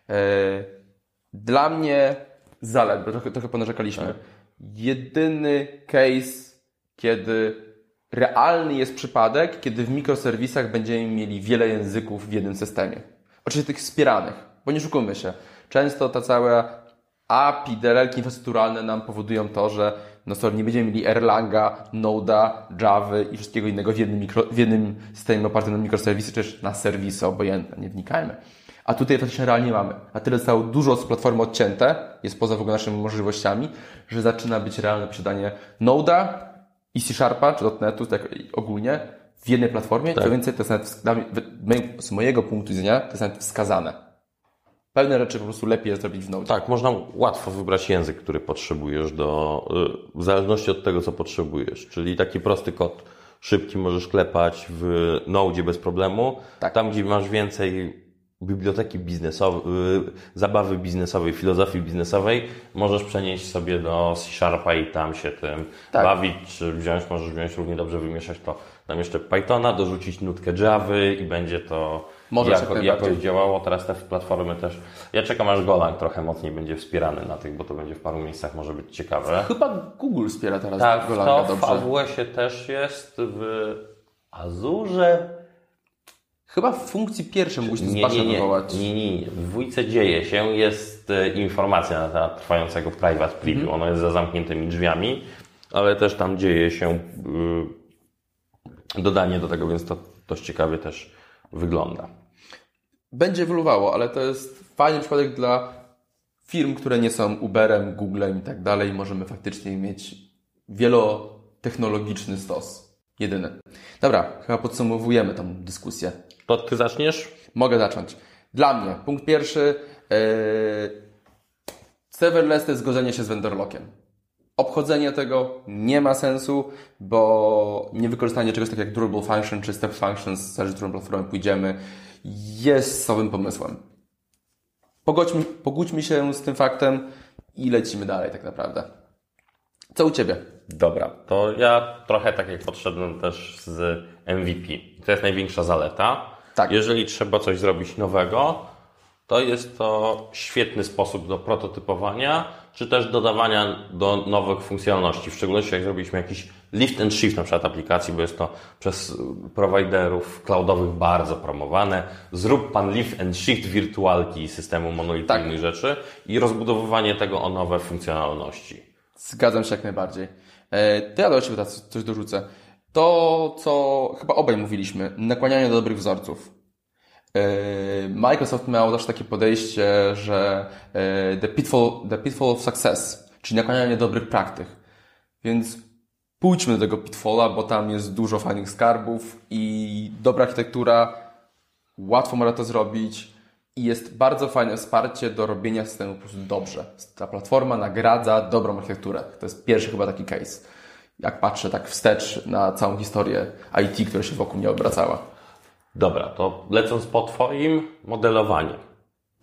Dla mnie zalet, bo trochę ponarzekaliśmy. Tak. Jedyny case, kiedy realny jest przypadek, kiedy w mikroserwisach będziemy mieli wiele języków w jednym systemie. Oczywiście tych wspieranych, bo nie szukujmy się. Często ta cała API, DLL-ki infrastrukturalne nam powodują to, że nie będziemy mieli Erlanga, Node'a, Javy i wszystkiego innego w jednym systemie opartym na mikroserwisy, czy też na serwisy obojętne, nie wnikajmy. A tutaj faktycznie realnie mamy. Na tyle zostało dużo z platformy odcięte, jest poza w ogóle naszymi możliwościami, że zaczyna być realne posiadanie Node'a i C-Sharpa, czy .NET-u, tak ogólnie, w jednej platformie. Tak. Co więcej, to jest nawet, z mojego punktu widzenia, to jest nawet wskazane. Pewne rzeczy po prostu lepiej jest zrobić w Node. Tak, można łatwo wybrać język, który potrzebujesz w zależności od tego, co potrzebujesz. Czyli taki prosty kod szybki możesz klepać w Node bez problemu. Tak. Tam, gdzie masz więcej biblioteki biznesowej, zabawy biznesowej, filozofii biznesowej, możesz przenieść sobie do C-Sharpa i tam się tym bawić, czy możesz wziąć równie dobrze, wymieszać to tam jeszcze Pythona, dorzucić nutkę Javy i będzie to jakoś działało. Teraz te platformy też. Ja czekam, aż Golang trochę mocniej będzie wspierany na tych, bo to będzie w paru miejscach może być ciekawe. Chyba Google wspiera teraz Golanga dobrze. Tak, w AWS-ie też jest, w Azurze. Chyba w funkcji pierwszej musisz zbaczę wywołać. Nie. W dwójce dzieje się, jest informacja na temat trwającego private preview. Ono jest za zamkniętymi drzwiami, ale też tam dzieje się dodanie do tego, więc to dość ciekawie też wygląda. Będzie ewoluowało, ale to jest fajny przypadek dla firm, które nie są Uberem, Googlem i tak dalej. Możemy faktycznie mieć wielotechnologiczny stos. Jedyny. Dobra, chyba podsumowujemy tą dyskusję. To ty zaczniesz? Mogę zacząć. Dla mnie, punkt pierwszy, serverless to jest zgodzenie się z vendor lockiem. Obchodzenie tego nie ma sensu, bo niewykorzystanie czegoś takiego jak durable function czy step functions, zależy, którą platformą pójdziemy, jest słabym pomysłem. Pogódźmy się z tym faktem i lecimy dalej tak naprawdę. Co u Ciebie? Dobra, to ja trochę tak jak podszedłem też z MVP. To jest największa zaleta. Tak. Jeżeli trzeba coś zrobić nowego, to jest to świetny sposób do prototypowania, czy też dodawania do nowych funkcjonalności. W szczególności jak zrobiliśmy jakiś lift and shift na przykład aplikacji, bo jest to przez prowajderów cloudowych bardzo promowane. Zrób pan lift and shift wirtualki systemu monolitu i innych rzeczy i rozbudowywanie tego o nowe funkcjonalności. Zgadzam się jak najbardziej. To ja do Ciebie coś dorzucę. To, co chyba obaj mówiliśmy, nakłanianie do dobrych wzorców. Microsoft miał zawsze takie podejście, że the pitfall of success, czyli nakłanianie dobrych praktyk. Więc pójdźmy do tego pitfalla, bo tam jest dużo fajnych skarbów i dobra architektura, łatwo można to zrobić i jest bardzo fajne wsparcie do robienia systemu po prostu dobrze. Ta platforma nagradza dobrą architekturę. To jest pierwszy chyba taki case. Jak patrzę tak wstecz na całą historię IT, która się wokół mnie obracała. Dobra, to lecąc po Twoim modelowaniu. Tak.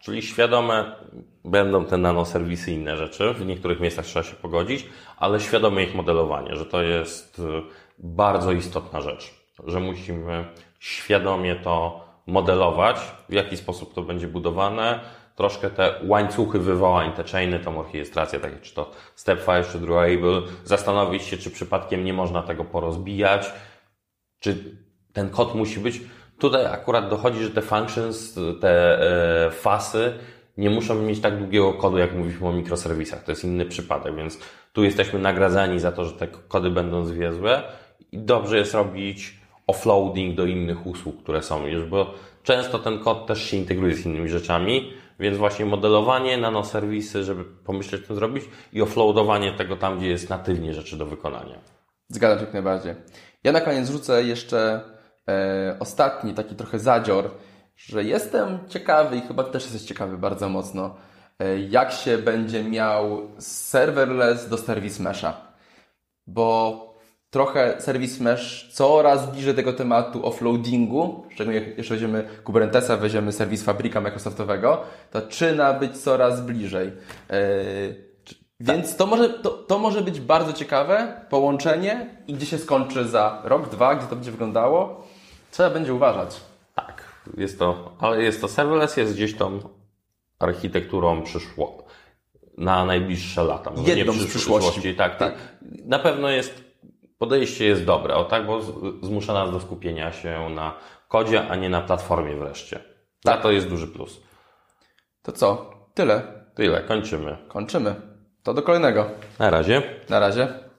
Czyli świadome będą te nanoserwisy i inne rzeczy. W niektórych miejscach trzeba się pogodzić, ale świadome ich modelowanie, że to jest bardzo istotna rzecz. Że musimy świadomie to modelować, w jaki sposób to będzie budowane. Troszkę te łańcuchy wywołań, te chainy, tą orchiestrację, takie czy to Stepfire, czy Drawable, zastanowić się, czy przypadkiem nie można tego porozbijać, czy ten kod musi być. Tutaj akurat dochodzi, że te functions, te fasy nie muszą mieć tak długiego kodu, jak mówiliśmy o mikroserwisach. To jest inny przypadek, więc tu jesteśmy nagradzani za to, że te kody będą zwięzłe i dobrze jest robić offloading do innych usług, które są już, bo często ten kod też się integruje z innymi rzeczami, więc właśnie modelowanie, nanoserwisy, żeby pomyśleć, co zrobić i offloadowanie tego tam, gdzie jest natywnie rzeczy do wykonania. Zgadzam się jak najbardziej. Ja na koniec rzucę jeszcze ostatni taki trochę zadzior, że jestem ciekawy i chyba też jesteś ciekawy bardzo mocno, jak się będzie miał serverless do service mesha. Bo trochę service mesh coraz bliżej tego tematu offloadingu, szczególnie jak jeszcze weźmiemy Kubernetesa, weźmiemy serwis Fabrika Microsoftowego, to zaczyna być coraz bliżej. Więc to może być bardzo ciekawe połączenie i gdzie się skończy za rok, dwa, gdzie to będzie wyglądało, trzeba będzie uważać. Tak, ale jest to serverless, jest gdzieś tą architekturą przyszło na najbliższe lata. Może jedną nie z przyszłości. Tak. Na pewno podejście jest dobre, tak, bo zmusza nas do skupienia się na kodzie, a nie na platformie wreszcie. Tak. To jest duży plus. To co? Tyle. Kończymy. To do kolejnego. Na razie. Na razie.